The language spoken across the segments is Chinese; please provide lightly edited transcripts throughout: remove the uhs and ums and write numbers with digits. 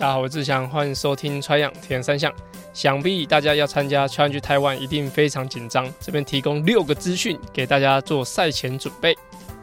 大家好，我是志祥，欢迎收听穿氧铁人三项。想必大家要参加 Challenge Taiwan 一定非常紧张，这边提供6个资讯给大家做赛前准备。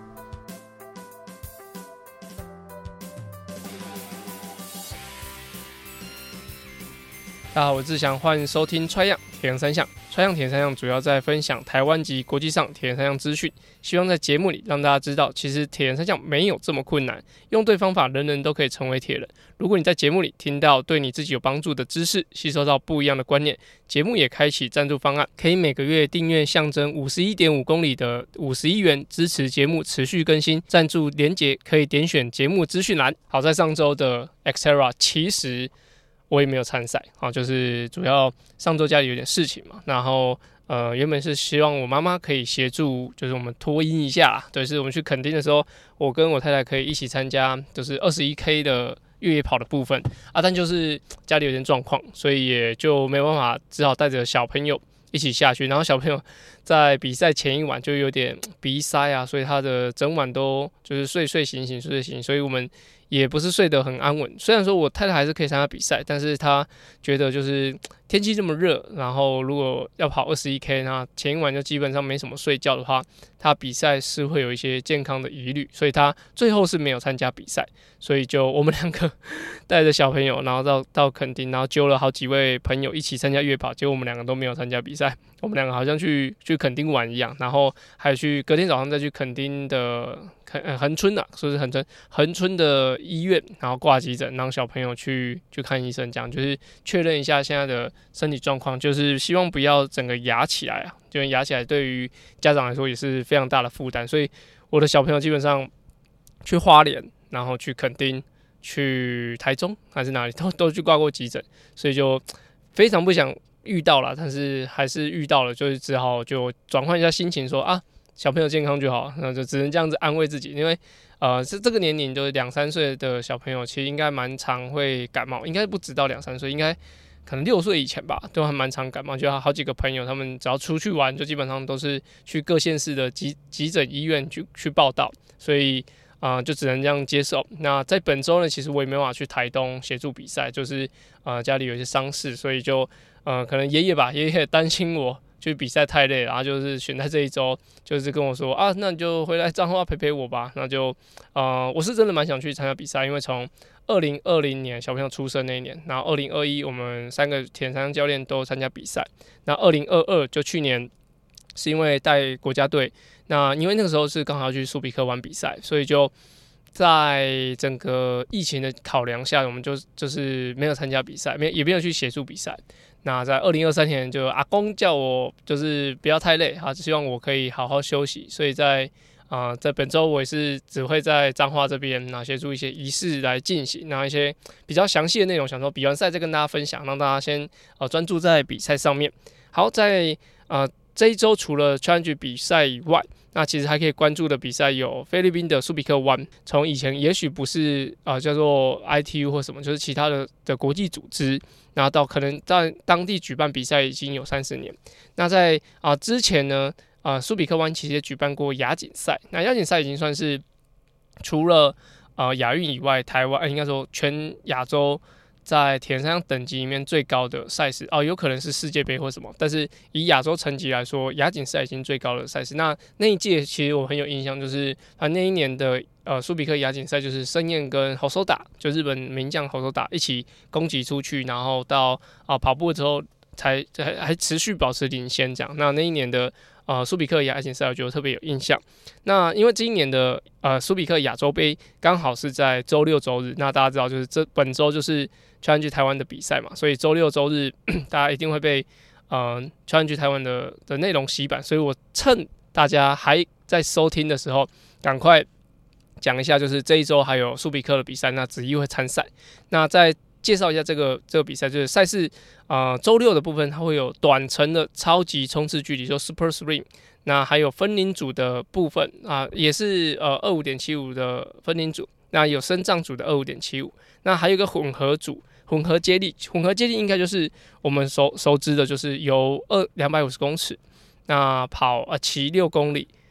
大家好，我是志祥，欢迎收听穿氧铁人三项。穿氧铁人三项主要在分享台湾及国际上铁人三项资讯，希望在节目里让大家知道，其实铁人三项没有这么困难，用对方法，人人都可以成为铁人。如果你在节目里听到对你自己有帮助的知识，吸收到不一样的观念，节目也开启赞助方案，可以每个月订阅象征 51.5 公里的51元，支持节目持续更新。赞助连结可以点选节目资讯栏。好，在上周的 Xterra 其实我也没有参赛啊，就是主要上周家里有点事情嘛，然后原本是希望我妈妈可以协助，就是我们托婴一下，对，是我们去垦丁的时候，我跟我太太可以一起参加，就是 21K 的越野跑的部分啊，但就是家里有点状况，所以也就没办法，只好带着小朋友一起下去，然后小朋友在比赛前一晚就有点鼻塞啊，所以他的整晚都就是睡醒，所以我们也不是睡得很安稳。虽然说我太太还是可以参加比赛，但是她觉得就是天气这么热，然后如果要跑 21K， 那前一晚就基本上没什么睡觉的话，她比赛是会有一些健康的疑虑，所以她最后是没有参加比赛。所以就我们2个带着小朋友，然后到垦丁，然后揪了好几位朋友一起参加越跑，结果我们2个都没有参加比赛。我们2个好像去垦丁玩一样，然后还去隔天早上再去垦丁的恒春啊，说是恒春的医院，然后挂急诊，让小朋友去看医生，这样就是确认一下现在的身体状况，就是希望不要整个压起来啊，因为压起来对于家长来说也是非常大的负担。所以我的小朋友基本上去花莲，然后去垦丁，去台中还是哪里都去挂过急诊，所以就非常不想遇到了，但是还是遇到了，就是只好就转换一下心情说啊，小朋友健康就好，那就只能这样子安慰自己，因为是这个年龄就是2-3岁的小朋友，其实应该蛮常会感冒，应该不止到2-3岁，应该可能6岁以前吧，都还蛮常感冒。就好几个朋友，他们只要出去玩，就基本上都是去各县市的急诊医院去报到，所以就只能这样接受。那在本周呢，其实我也没办法去台东协助比赛，就是家里有一些丧事，所以就可能爷爷担心我去比赛太累了，然后就是选在这一周，就是跟我说啊，那你就回来彰化陪我吧。那就我是真的蛮想去参加比赛，因为从2020年小朋友出生那一年，然后2021我们3个铁人三项教练都参加比赛，那2022就去年是因为带国家队，那因为那个时候是刚好要去苏比克湾比赛，所以就在整个疫情的考量下，我们就是没有参加比赛，也没有去协助比赛。那在2023年，就阿公叫我就是不要太累，他希望我可以好好休息，所以在本周我也是只会在彰化这边协助一些仪式来进行，一些比较详细的内容，想说比完赛再跟大家分享，让大家先专注在比赛上面。好，在这一周除了 Challenge 比赛以外，那其实还可以关注的比赛有菲律宾的苏比克湾，从以前也许不是叫做 ITU 或什么，就是其他的国际组织，然后到可能在当地举办比赛已经有30年。那在之前呢，苏比克湾其实也举办过亚锦赛，那亚锦赛已经算是除了亚运以外，台湾应该说全亚洲在铁人三项等级里面最高的赛事有可能是世界杯或什么，但是以亚洲层级来说，亚锦赛已经最高的赛事。那一届其实我很有印象，就是那一年的苏比克亚锦赛，就是申彦跟侯守打，就日本名将侯守打一起攻击出去，然后到跑步之后还持续保持领先这样。那一年的苏比克亚锦赛，我觉得特别有印象。那因为今年的苏比克亚洲杯刚好是在周六周日，那大家知道就是本周就是 Challenge 台湾的比赛嘛，所以周六周日大家一定会被Challenge 台湾的内容洗版，所以我趁大家还在收听的时候，赶快讲一下，就是这一周还有苏比克的比赛，那子怡会参赛。那再介绍一下这个比赛，就是赛事周六的部分，它会有短程的超级冲刺距离，就 Super Sprint。那还有分龄组的部分也是25.75的分龄组，那有身障组的25.75，那还有一个混合组。混合接力应该就是我们熟知的，就是由250公尺，那骑6公里，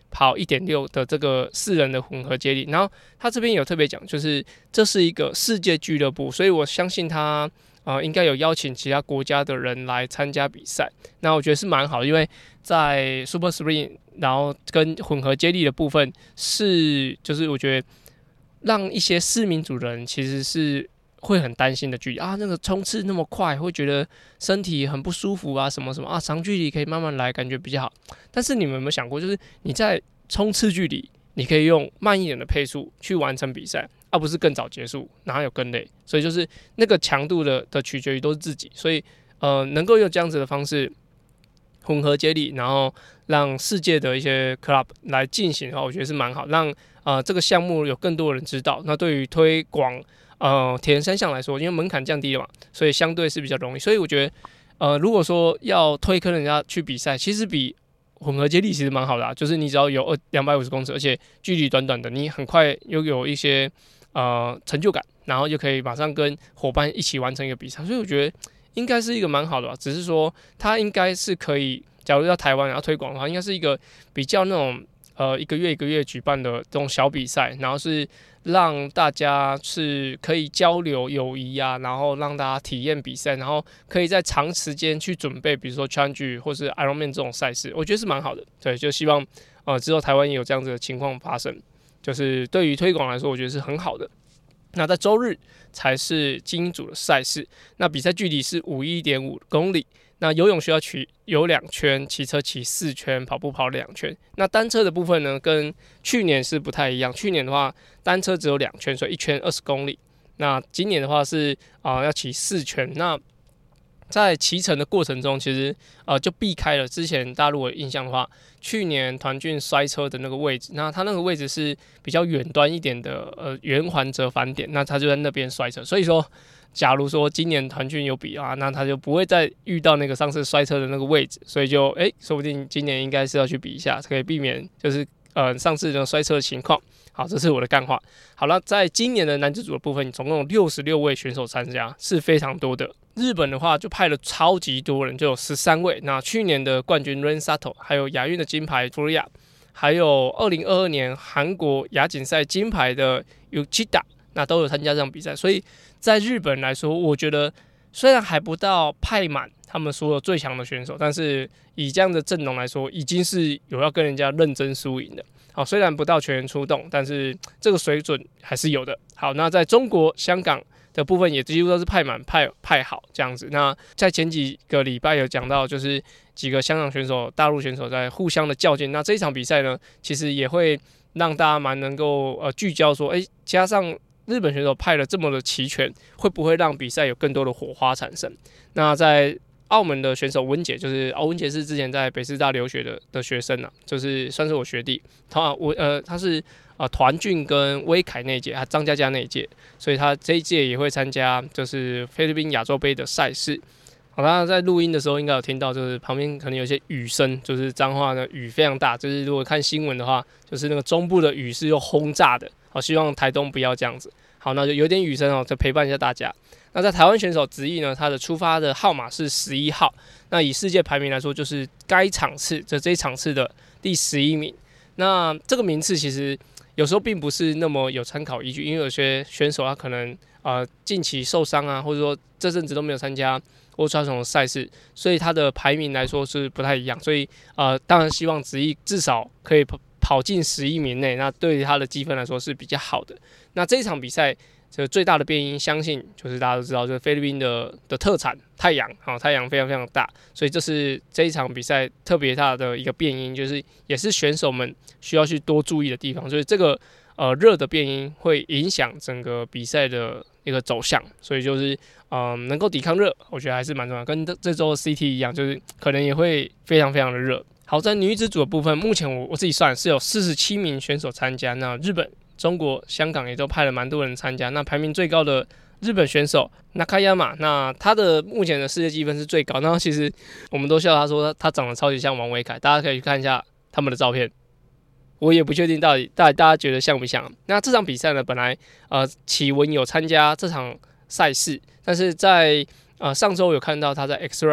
跑 1.6 的这个4人的混合接力。然后他这边有特别讲，就是这是一个世界俱乐部，所以我相信他应该有邀请其他国家的人来参加比赛。那我觉得是蛮好的，因为在 Super Sprint 然后跟混合接力的部分就是我觉得让一些市民组的人其实是会很担心的距离啊，那个冲刺那么快，会觉得身体很不舒服啊，什么什么啊，长距离可以慢慢来，感觉比较好。但是你们有没有想过，就是你在冲刺距离，你可以用慢一点的配速去完成比赛，而不是更早结束，哪有更累？所以就是那个强度的取决于都是自己，所以能够用这样子的方式混合接力，然后让世界的一些 club 来进行的话，我觉得是蛮好，让这个项目有更多人知道。那对于推广铁人三项来说，因为门槛降低了嘛，所以相对是比较容易。所以我觉得如果说要推坑人家去比赛，其实比混合接力其实蛮好的就是你只要有250公尺，而且距离短短的，你很快又有一些成就感，然后就可以马上跟伙伴一起完成一个比赛。所以我觉得应该是一个蛮好的吧，只是说它应该是可以，假如在台湾要推广的话，应该是一个比较那种一个月举办的这种小比赛，然后是让大家是可以交流友谊啊，然后让大家体验比赛，然后可以在长时间去准备，比如说 Challenge 或是 Ironman 这种赛事，我觉得是蛮好的。对，就希望之后台湾也有这样子的情况发生，就是对于推广来说，我觉得是很好的。那在周日才是精英组的赛事，那比赛距离是51.5公里。那游泳需要游2圈，骑车骑4圈，跑步跑2圈。那单车的部分呢，跟去年是不太一样。去年的话，单车只有2圈，所以1圈20公里。那今年的话是要骑4圈。那在骑乘的过程中，其实就避开了之前大家如果有印象的话，去年团俊摔车的那个位置。那他那个位置是比较远端一点的圆环折返点，那他就在那边摔车。所以说，假如说今年团俊有比那他就不会再遇到那个上次摔车的那个位置，所以就说不定今年应该是要去比一下，可以避免就是上次的摔车的情况。好，这是我的干话。好了，在今年的男子组的部分，总共有66位选手参加，是非常多的。日本的话就派了超级多人，就有13位。那去年的冠军 Ren Sato， 还有亚运的金牌 Furuya， 还有2022年韩国亚锦赛金牌的 Uchida， 那都有参加这场比赛。所以在日本来说，我觉得虽然还不到派满他们所有最强的选手，但是以这样的阵容来说，已经是有要跟人家认真输赢的。好，虽然不到全员出动，但是这个水准还是有的。好，那在中国香港的部分也几乎都是派满派好这样子。那在前几个礼拜有讲到，就是几个香港选手、大陆选手在互相的较劲。那这一场比赛呢，其实也会让大家蛮能够聚焦说，加上日本选手派了这么的齐全，会不会让比赛有更多的火花产生？那在澳门的选手温杰，就是文杰是之前在北师大留学的学生就是算是我学弟。他是团俊跟威凯那一届，张嘉佳那一届，所以他这一届也会参加就是菲律宾亚洲杯的赛事。好，他在录音的时候应该有听到，就是旁边可能有些雨声，就是彰化的雨非常大，就是如果看新闻的话，就是那个中部的雨是又轰炸的。好，希望台东不要这样子。好，那就有点雨声就陪伴一下大家。那在台湾选手子毅呢，他的出发的号码是11号。那以世界排名来说，就是该场次这一场次的第11名。那这个名次其实有时候并不是那么有参考依据，因为有些选手他可能近期受伤啊，或者说这阵子都没有参加Ultratron的赛事，所以他的排名来说是不太一样。所以当然希望子毅至少可以跑进11名内，那对于他的积分来说是比较好的。那这一场比赛这个最大的变因，相信就是大家都知道，就是菲律宾的特产太阳，太阳非常非常大，所以这是这一场比赛特别大的一个变因，就是也是选手们需要去多注意的地方。所以这个热的变因会影响整个比赛的一个走向，所以就是能够抵抗热，我觉得还是蛮重要。跟这周的 CT 一样，就是可能也会非常非常的热。好，在女子组的部分，目前我自己算是有47名选手参加，那日本、中国、香港也都派了蛮多人参加。那排名最高的日本选手 Nakayama， 那他的目前的世界积分是最高。那其实我们都笑他说他长得超级像王维凯，大家可以去看一下他们的照片。我也不确定到底大家觉得像不像。那这场比赛呢，本来启文有参加这场赛事，但是在上周有看到他在 Xterra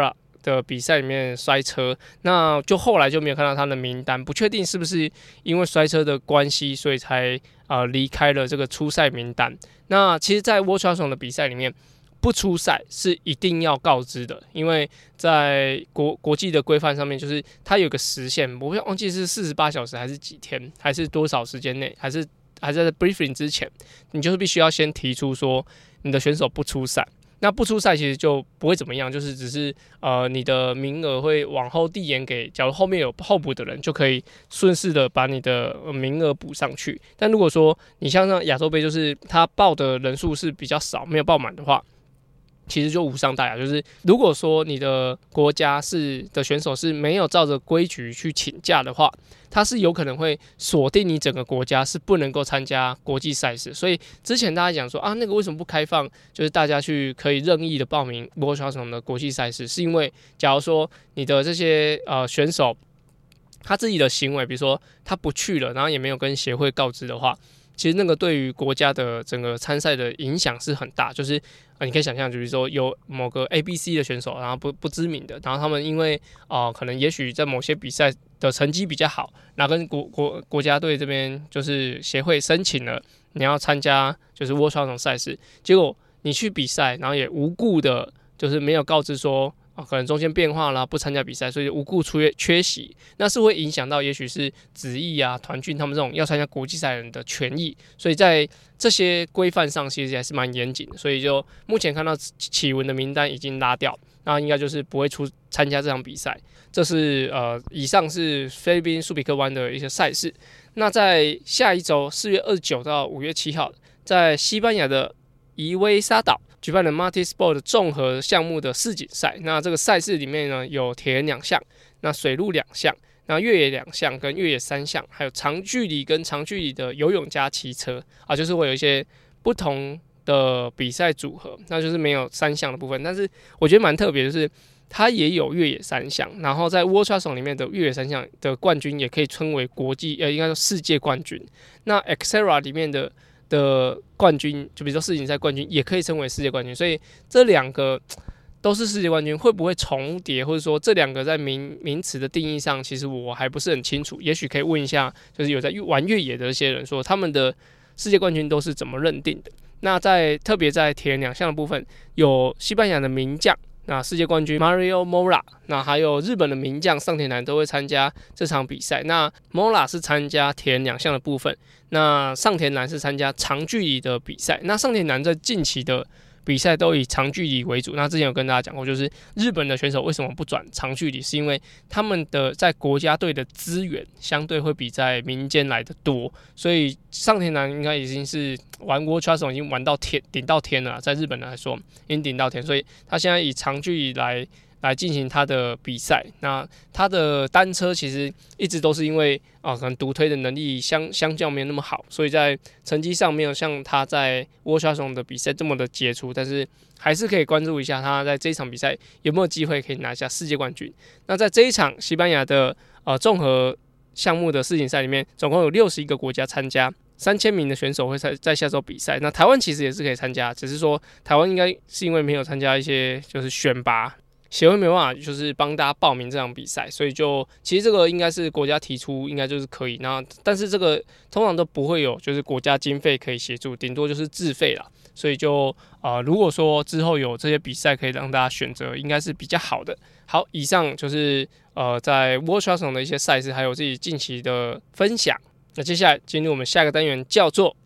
的比赛里面摔车，那就后来就没有看到他的名单，不确定是不是因为摔车的关系，所以才离开了这个出赛名单。那其实，在 World Triathlon 的比赛里面，不出赛是一定要告知的，因为在国际的规范上面，就是它有个时限，我忘记是48小时还是几天，还是多少时间内，还是在 briefing 之前，你就是必须要先提出说你的选手不出赛。那不出赛其实就不会怎么样，就是只是你的名额会往后递延给，假如后面有候补的人，就可以顺势的把你的名额补上去。但如果说你像亚洲杯，就是他报的人数是比较少，没有报满的话，其实就无伤大雅。就是如果说你的国家的选手是没有照着规矩去请假的话，他是有可能会锁定你整个国家是不能够参加国际赛事。所以之前大家讲说那个为什么不开放，就是大家去可以任意的报名 World Triathlon 的国际赛事，是因为假如说你的这些选手他自己的行为，比如说他不去了，然后也没有跟协会告知的话，其实那个对于国家的整个参赛的影响是很大。就是你可以想象，比如说有某个 ABC 的选手，然后不知名的，然后他们因为可能也许在某些比赛的成绩比较好，然后跟国家队这边就是协会申请了你要参加就是 World Triathlon 赛事，结果你去比赛，然后也无故的，就是没有告知说可能中间变化啦，不参加比赛，所以无故缺席，那是会影响到也许是子毅啊、团俊他们这种要参加国际赛人的权益，所以在这些规范上其实还是蛮严谨的。所以就目前看到启文的名单已经拉掉，那应该就是不会参加这场比赛。这是以上是菲律宾苏比克湾的一些赛事。那在下一周4月29到5月7号，在西班牙的伊威沙岛举办了 Multisport 综合项目的世锦赛。那这个赛事里面呢，有铁人2项，那水陆2项，那越野2项跟越野3项，还有长距离跟长距离的游泳加骑车就是会有一些不同的比赛组合，那就是没有3项的部分。但是我觉得蛮特别，就是它也有越野3项，然后在 World Triathlon 里面的越野3项的冠军也可以称为国际应该说世界冠军。那 Xterra 里面的冠军，就比如说世锦赛冠军，也可以称为世界冠军。所以这2个都是世界冠军，会不会重叠，或者说这2个在名词的定义上，其实我还不是很清楚。也许可以问一下，就是有在玩越野的一些人，说他们的世界冠军都是怎么认定的。那特别在铁人2项的部分，有西班牙的名将，那世界冠军 Mario Mola， 那还有日本的名将上田男都会参加这场比赛。那 Mola 是参加铁人2项的部分，那上田男是参加长距离的比赛。那上田男在近期的比赛都以长距离为主。那之前有跟大家讲过，就是日本的选手为什么不转长距离，是因为他们的在国家队的资源相对会比在民间来的多，所以上田男应该已经是玩 World Triathlon 已经玩到顶到天了，在日本来说已经顶到天，所以他现在以长距离来进行他的比赛。那他的单车其实一直都是因为可能独推的能力相较没有那么好，所以在成绩上没有像他在 World Triathlon 的比赛这么的杰出，但是还是可以关注一下他在这一场比赛有没有机会可以拿下世界冠军。那在这一场西班牙的综合项目的世锦赛里面，总共有61个国家参加，3000名的选手会在下周比赛。那台湾其实也是可以参加，只是说台湾应该是因为没有参加一些就是选拔，协会没办法就是帮大家报名这场比赛，所以就其实这个应该是国家提出，应该就是可以。那但是这个通常都不会有就是国家经费可以协助，顶多就是自费啦。所以就如果说之后有这些比赛可以让大家选择，应该是比较好的。好，以上就是在 World Triathlon 的一些赛事，还有自己近期的分享。那接下来进入我们下个单元，叫做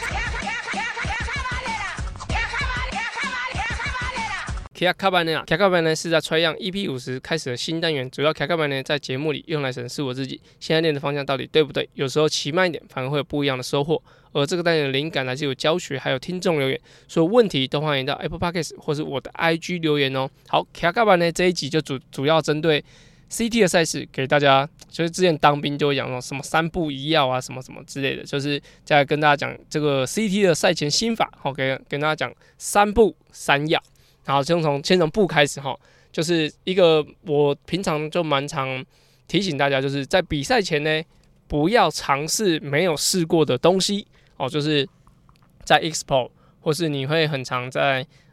卡卡班呢？卡卡班呢是在 Triathlon EP50 开始的新单元，主要卡卡班呢在节目里用来审视我自己现在练的方向到底对不对，有时候骑慢一点反而会有不一样的收获。而这个单元的灵感来自于教学，还有听众留言，所有问题都欢迎到 Apple Podcast 或是我的 IG 留言哦。好，卡卡班呢这一集就主要针对 CT 的赛事给大家，就是之前当兵就会讲什么3步1要什么什么之类的，就是再跟大家讲这个 CT 的赛前心法，跟大家讲3步3要。然后先从步开始就是一个我平常就蛮常提醒大家，就是在比赛前呢，不要尝试没有试过的东西就是在 Expo 或是你会很常在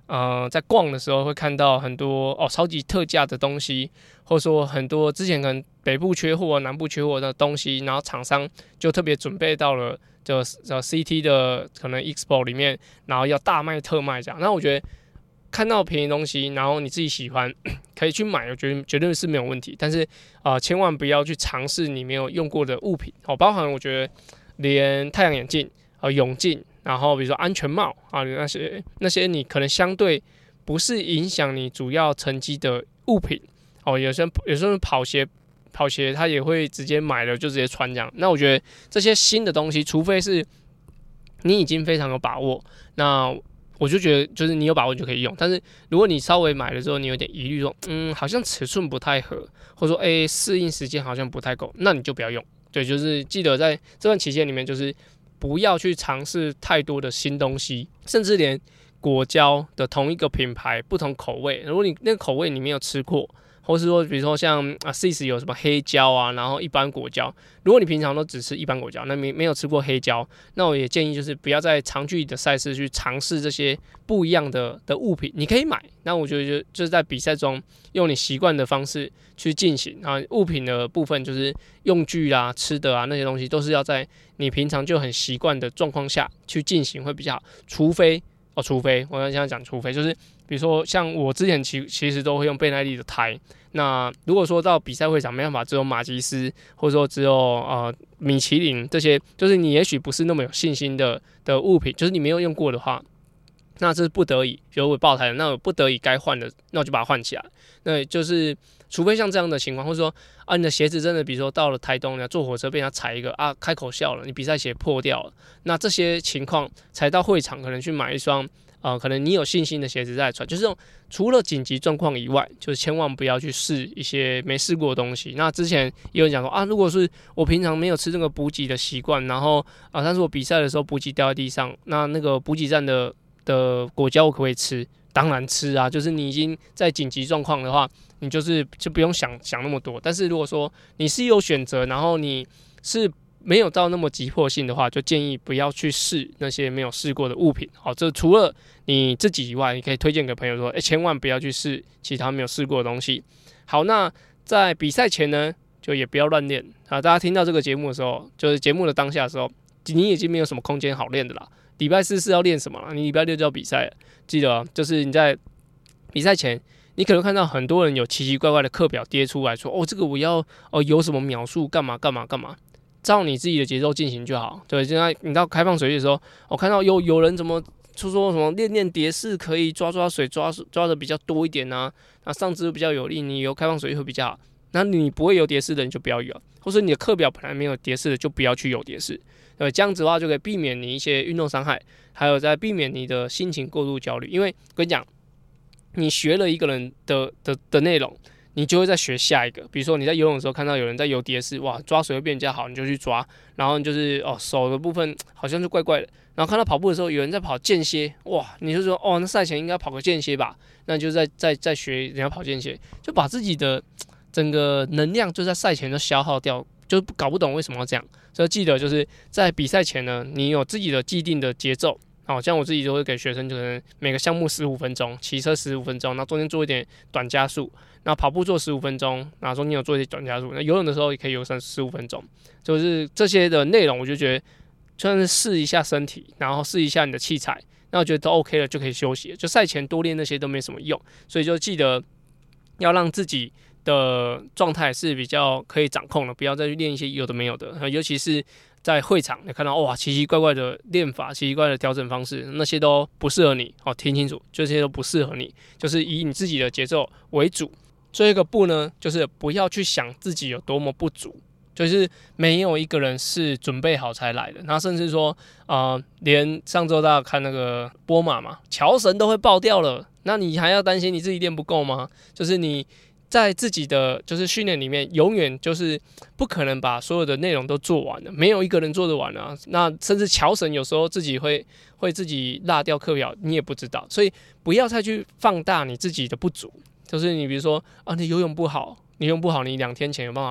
在逛的时候会看到很多超级特价的东西，或者说很多之前可能北部缺货、南部缺货的东西，然后厂商就特别准备到了就CT 的可能 Expo 里面，然后要大卖特卖这样。那我觉得看到便宜东西，然后你自己喜欢，可以去买，我觉得绝对是没有问题。但是千万不要去尝试你没有用过的物品，包含我觉得连太阳眼镜、泳镜，然后比如说安全帽啊，那些你可能相对不是影响你主要成绩的物品，有时候跑鞋他也会直接买了就直接穿这样。那我觉得这些新的东西，除非是你已经非常有把握，那我就觉得就是你有把握就可以用。但是如果你稍微买了之后，你有点疑虑说，好像尺寸不太合，或者说适应时间好像不太够，那你就不要用。对，就是记得在这段期间里面，就是不要去尝试太多的新东西，甚至连果胶的同一个品牌不同口味，如果你那个口味你没有吃过，或是说比如说像CIS 有什么黑胶啊，然后一般果胶，如果你平常都只吃一般果胶，那没有吃过黑胶，那我也建议就是不要在长距离的赛事去尝试这些不一样的物品。你可以买，那我觉得就是在比赛中用你习惯的方式去进行啊。物品的部分就是用具啊、吃的啊那些东西，都是要在你平常就很习惯的状况下去进行会比较好。除非我刚才讲，除非就是比如说像我之前其实都会用倍耐力的胎。那如果说到比赛会场没办法，只有马吉斯或者说只有米其林这些，就是你也许不是那么有信心的物品，就是你没有用过的话，那这是不得已，比如我爆胎了，那我不得已该换的，那我就把它换起来。那就是除非像这样的情况，或者说你的鞋子真的，比如说到了台东，你要坐火车被他踩一个开口笑了，你比赛鞋破掉了，那这些情况才到会场可能去买一双可能你有信心的鞋子再穿。就是这种除了紧急状况以外，就是千万不要去试一些没试过的东西。那之前也有人讲说如果是我平常没有吃这个补给的习惯，然后但是我比赛的时候补给掉在地上，那个补给站的果胶我可不可以吃？当然吃啊！就是你已经在紧急状况的话，你就不用想那么多。但是如果说你是有选择，然后你是没有到那么急迫性的话，就建议不要去试那些没有试过的物品。好，这除了你自己以外，你可以推荐给朋友说，千万不要去试其他没有试过的东西。好，那在比赛前呢，就也不要乱练啊！大家听到这个节目的时候，就是节目的当下的时候，你已经没有什么空间好练的啦。礼拜4是要练什么？你礼拜6就要比赛了，记得就是你在比赛前，你可能看到很多人有奇奇怪怪的课表贴出来说，这个我要有什么秒数干嘛，照你自己的节奏进行就好。对，现在你到开放水域的时候，我看到有人怎么说什么练蝶式可以抓水抓的比较多一点啊，那上肢比较有力，你游开放水域会比较好。那你不会游蝶式的你就不要游，或者你的课表本来没有蝶式的就不要去游蝶式。对，这样子的话就可以避免你一些运动伤害，还有在避免你的心情过度焦虑。因为我跟你讲，你学了一个人的内容，你就会再学下一个。比如说你在游泳的时候看到有人在游蝶式，哇，抓水会变比较好，你就去抓。然后你就是手的部分好像就怪怪的。然后看到跑步的时候有人在跑间歇，哇，你就说那赛前应该跑个间歇吧，那你就再学人家跑间歇，就把自己的整个能量就在赛前就消耗掉。就搞不懂为什么要这样，所以记得就是在比赛前呢，你有自己的既定的节奏。像我自己就会给学生，就可能每个项目15分钟，骑车15分钟，然后中间做一点短加速，然后跑步做15分钟，然后中间有做一些短加速。那游泳的时候也可以游上15分钟，就是这些的内容，我就觉得就算是试一下身体，然后试一下你的器材，那我觉得都 OK 了，就可以休息了。就赛前多练那些都没什么用，所以就记得要让自己的状态是比较可以掌控的，不要再去练一些有的没有的，尤其是在会场，你看到哇奇奇怪怪的练法、奇奇怪怪的调整方式，那些都不适合你。听清楚，这些都不适合你，就是以你自己的节奏为主。最后一个步呢，就是不要去想自己有多么不足，就是没有一个人是准备好才来的。然后甚至说，连上周大家看那个波马嘛，乔神都会爆掉了，那你还要担心你自己练不够吗？就是你在自己的就是训练里面，永远就是不可能把所有的内容都做完的，没有一个人做得完啊。那甚至乔神有时候自己会自己落掉课表，你也不知道。所以不要再去放大你自己的不足，就是你比如说你游泳不好，你2天前有办法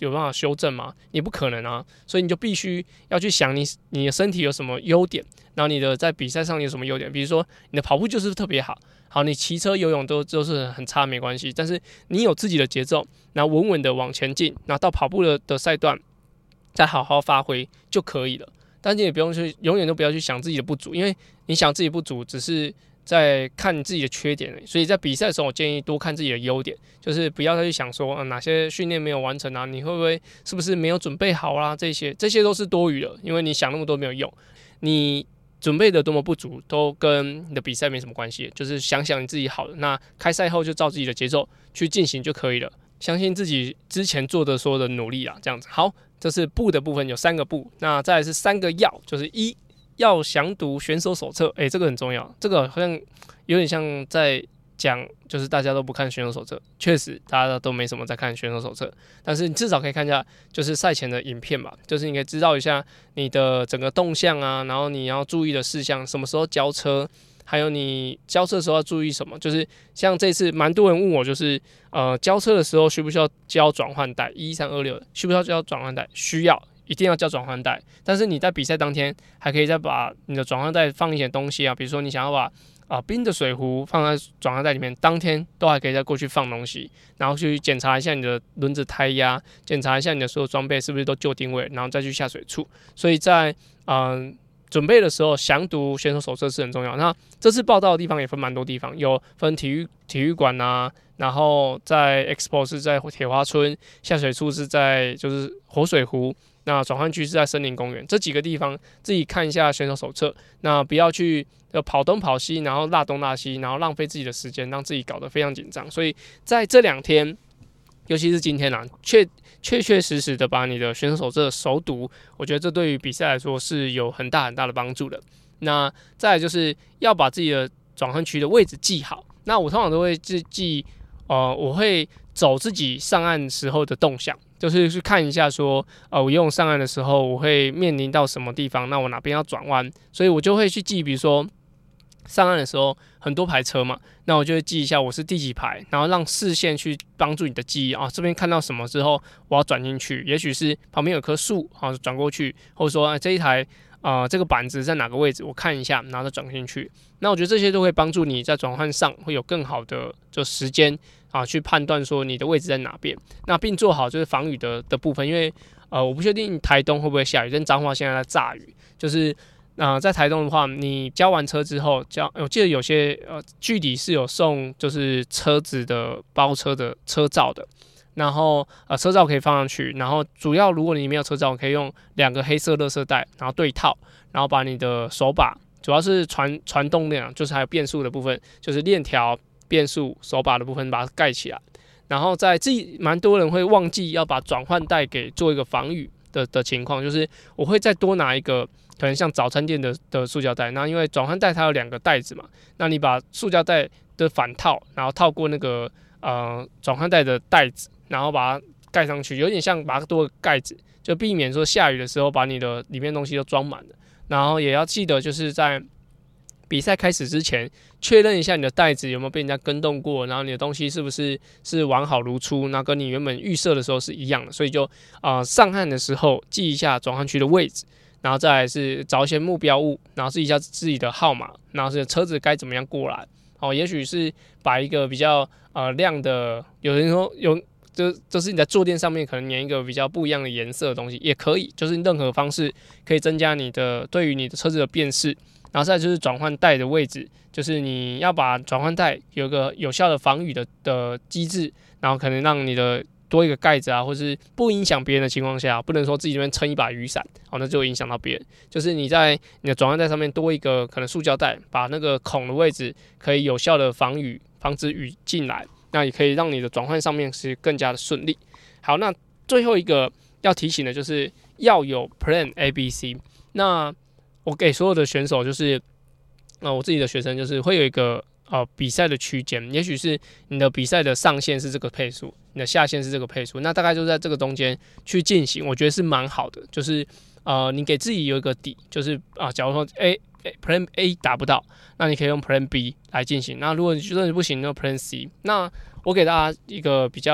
有办法修正吗？你不可能啊，所以你就必须要去想你的身体有什么优点，然后你的在比赛上有什么优点，比如说你的跑步就是特别好，你骑车、游泳都是很差没关系，但是你有自己的节奏，然后稳稳的往前进，然后到跑步的赛段再好好发挥就可以了。但是你也不用去，永远都不要去想自己的不足，因为你想自己不足，只是在看自己的缺点而已。所以在比赛的时候，我建议多看自己的优点，就是不要再去想说，哪些训练没有完成啊，你会不会是不是没有准备好啦？这些都是多余的，因为你想那么多没有用。你准备的多么不足，都跟你的比赛没什么关系，就是想想你自己好了，那开赛后就照自己的节奏去进行就可以了。相信自己之前做的所有的努力啦，这样子好。这是不的部分有3个不，那再来是3个要，就是1要详读选手手册，这个很重要，这个好像有点像在讲，就是大家都不看选手手册，确实大家都没什么在看选手手册，但是你至少可以看一下，就是赛前的影片吧，就是你可以知道一下你的整个动向啊，然后你要注意的事项，什么时候交车。还有你交车的时候要注意什么？就是像这次蛮多人问我，就是交车的时候需不需要交转换带？11326需不需要交转换带？需要，一定要交转换带。但是你在比赛当天还可以再把你的转换带放一些东西啊，比如说你想要把冰的水壶放在转换带里面，当天都还可以再过去放东西，然后去检查一下你的轮子胎压，检查一下你的所有装备是不是都就定位，然后再去下水处。所以在准备的时候，详读选手手册是很重要。那这次报道的地方也分蛮多地方，有分体育馆啊，然后在 Expo 是在铁花村，下水处是在就是活水湖，那转换区是在森林公园，这几个地方自己看一下选手手册，那不要去跑东跑西，然后落东落西，然后浪费自己的时间，让自己搞得非常紧张。所以在这2天，尤其是今天啊，确实的把你的选手手册熟读，我觉得这对于比赛来说是有很大的帮助的。那再来就是要把自己的转换区的位置记好。那我通常都会记，我会走自己上岸时候的动向，就是去看一下说，我游泳上岸的时候我会面临到什么地方，那我哪边要转弯，所以我就会去记，比如说上岸的时候很多排车嘛，那我就会记一下我是第几排，然后让视线去帮助你的记忆啊。这边看到什么之后，我要转进去，也许是旁边有棵树，好转过去，或者说这一台这个板子在哪个位置，我看一下，然后再转进去。那我觉得这些都会帮助你在转换上会有更好的就时间去判断说你的位置在哪边，那并做好就是防雨的部分，因为我不确定台东会不会下雨，但彰化现在在炸雨，就是在台东的话，你交完车之后，我记得有些距离是有送就是车子的包车的车罩的，然后车罩可以放上去，然后主要如果你没有车罩，可以用2个黑色垃圾袋，然后对套，然后把你的手把，主要是传动链，就是还有变速的部分，就是链条、变速、手把的部分把它盖起来，然后在自己蛮多人会忘记要把转换带给做一个防雨的情况，就是我会再多拿一个。可能像早餐店的塑胶袋，那因为转换带它有2个袋子嘛，那你把塑胶袋的反套，然后套过那个转换带的袋子，然后把它盖上去，有点像把它多个盖子，就避免说下雨的时候把你的里面东西都装满了。然后也要记得就是在比赛开始之前，确认一下你的袋子有没有被人家跟动过，然后你的东西是不是完好如初，那跟你原本预设的时候是一样的，所以就上岸的时候记一下转换区的位置。然后再来是找一些目标物，然后记一下自己的号码，然后是车子该怎么样过来。也许是摆一个比较亮的，有人说就是你在坐垫上面可能粘一个比较不一样的颜色的东西也可以，就是任何方式可以增加你的对于你的车子的辨识。然后再来就是转换带的位置，就是你要把转换带有个有效的防雨的机制，然后可能让你的多一个盖子啊，或是不影响别人的情况下，不能说自己这边撑一把雨伞，那就会影响到别人。就是你在你的转换带上面多一个可能塑胶带，把那个孔的位置可以有效的防雨，防止雨进来，那也可以让你的转换上面是更加的顺利。好，那最后一个要提醒的就是要有 Plan A、B、C。那我给所有的选手就是，我自己的学生就是会有一个比赛的区间，也许是你的比赛的上限是这个配速，你的下限是这个配速，那大概就在这个中间去进行，我觉得是蛮好的。就是你给自己有一个底，就是假如说Plan A 达不到，那你可以用 Plan B 来进行。那如果你觉得不行，那 Plan C。那我给大家一个比较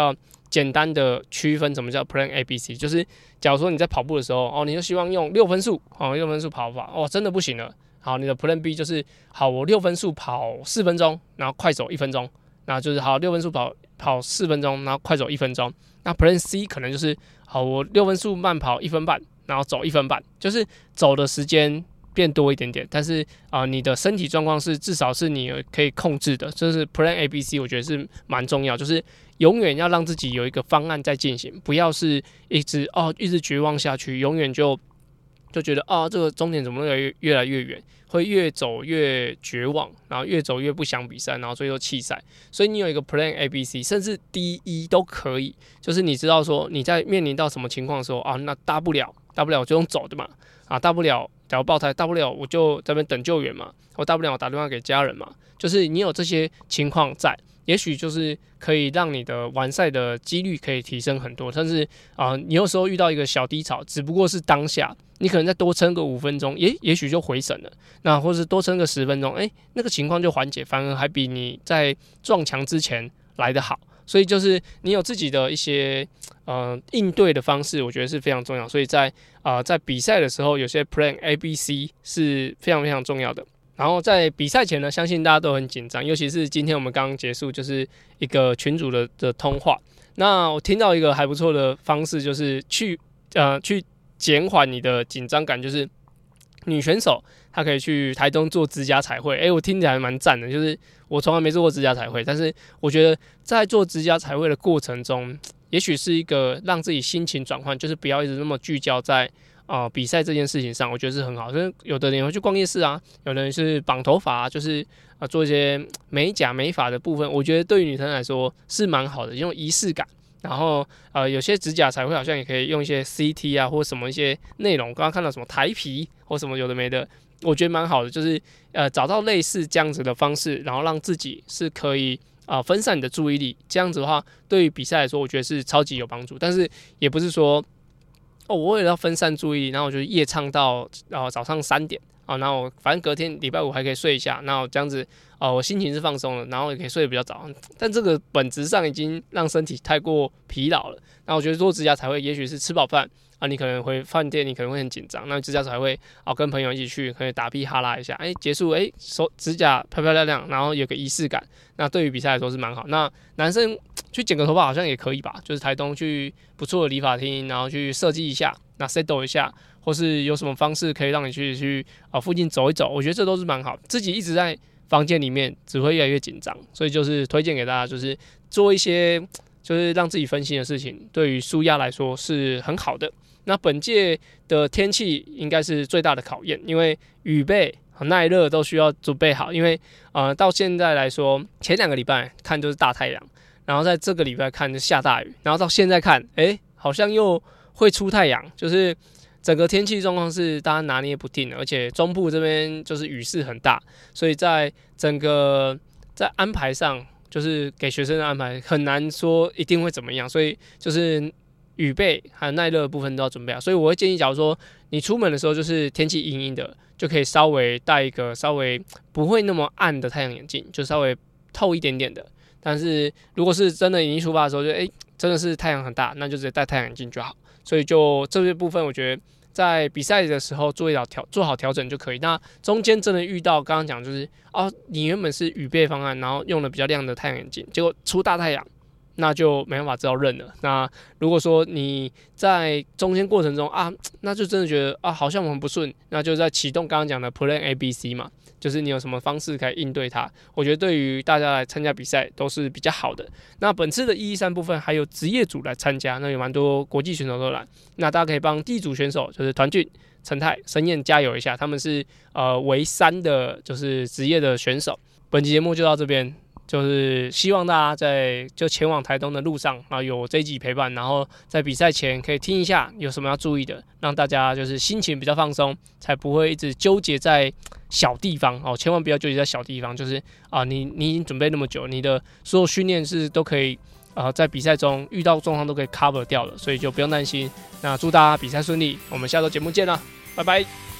简单的区分什么叫 Plan A、B、C， 就是假如说你在跑步的时候，你就希望用6分速，6分速跑法，真的不行了。好，你的 Plan B 就是好，我6分速跑4分钟，然后快走1分钟，那就是好6分速跑4分钟，然后快走1分钟。那 Plan C 可能就是好，我6分速慢跑1分半，然后走1分半，就是走的时间变多一点点，但是你的身体状况是至少是你可以控制的，这是 Plan A、B、C， 我觉得是蛮重要，就是永远要让自己有一个方案在进行，不要是一直绝望下去，永远就觉得这个终点怎么越来越远，会越走越绝望，然后越走越不想比赛，然后最后弃赛。所以你有一个 Plan A、B、C， 甚至 D、E 都可以，就是你知道说你在面临到什么情况的时候那大不了我就用走的嘛，大不了假如爆胎，大不了我就在那边等救援嘛，或大不了我打电话给家人嘛，就是你有这些情况在，也许就是可以让你的完赛的几率可以提升很多，甚至你有时候遇到一个小低潮，只不过是当下，你可能再多撑个5分钟，也许就回神了，那或是多撑个10分钟，那个情况就缓解，反而还比你在撞墙之前来得好。所以就是你有自己的一些应对的方式，我觉得是非常重要。所以在比赛的时候，有些 Plan A、B、C 是非常非常重要的。然后在比赛前呢，相信大家都很紧张，尤其是今天我们刚刚结束，就是一个群组的通话。那我听到一个还不错的方式，就是去减缓你的紧张感，就是女选手她可以去台东做指甲彩绘。我听起来蛮赞的，就是我从来没做过指甲彩绘，但是我觉得在做指甲彩绘的过程中，也许是一个让自己心情转换，就是不要一直那么聚焦在比赛这件事情上，我觉得是很好。就是有的人会去逛夜市啊，有的人是绑头发就是做一些美甲美发的部分，我觉得对于女生来说是蛮好的，用仪式感。然后有些指甲彩绘好像也可以用一些 CT 或什么一些内容，刚刚看到什么台皮或什么有的没的，我觉得蛮好的，就是找到类似这样子的方式，然后让自己是可以分散你的注意力，这样子的话对于比赛来说我觉得是超级有帮助。但是也不是说我为了要分散注意力，然后我就夜唱到早上3点然后我反正隔天礼拜5还可以睡一下，然后这样子我心情是放松了，然后也可以睡得比较早，但这个本质上已经让身体太过疲劳了。那我觉得做指甲彩绘也许是吃饱饭你可能回饭店，你可能会很紧张，那指甲彩绘跟朋友一起去，可以打屁哈拉一下，结束手指甲漂漂亮亮，然后有个仪式感，那对于比赛来说是蛮好。那男生去剪个头发好像也可以吧，就是台东去不错的理发厅，然后去设计一下，那 settle 一下，或是有什么方式可以让你去附近走一走，我觉得这都是蛮好。自己一直在房间里面只会越来越紧张，所以就是推荐给大家，就是做一些就是让自己分心的事情，对于舒压来说是很好的。那本届的天气应该是最大的考验，因为雨备耐热都需要准备好，因为到现在来说，前2个礼拜看就是大太阳，然后在这个礼拜看就下大雨，然后到现在看好像又会出太阳，就是整个天气状况是大家拿捏不定的，而且中部这边就是雨势很大，所以在整个在安排上，就是给学生的安排很难说一定会怎么样，所以就是雨备还有耐热的部分都要准备好。所以我会建议，假如说你出门的时候就是天气阴阴的，就可以稍微戴一个稍微不会那么暗的太阳眼镜，就稍微透一点点的。但是如果是真的已经出发的时候就真的是太阳很大，那就直接戴太阳眼镜就好。所以就这些部分我觉得在比赛的时候做好调整就可以。那中间真的遇到刚刚讲就是你原本是雨备方案，然后用了比较亮的太阳眼镜，结果出大太阳，那就没办法知道认了。那如果说你在中间过程中那就真的觉得好像我很不顺，那就在启动刚刚讲的 Plan A、B、C 嘛，就是你有什么方式可以应对它，我觉得对于大家来参加比赛都是比较好的。那本次的113部分还有职业组来参加，那有蛮多国际选手都来，那大家可以帮第一组选手就是团俊、陈泰、申燕加油一下，他们是为3的就是职业的选手。本期节目就到这边，就是希望大家就前往台东的路上有这一集陪伴，然后在比赛前可以听一下有什么要注意的，让大家就是心情比较放松，才不会一直纠结在小地方千万不要纠结在小地方，就是你已经准备那么久，你的所有训练是都可以在比赛中遇到状况都可以 cover 掉了，所以就不用担心。那祝大家比赛顺利，我们下周节目见啦，拜拜。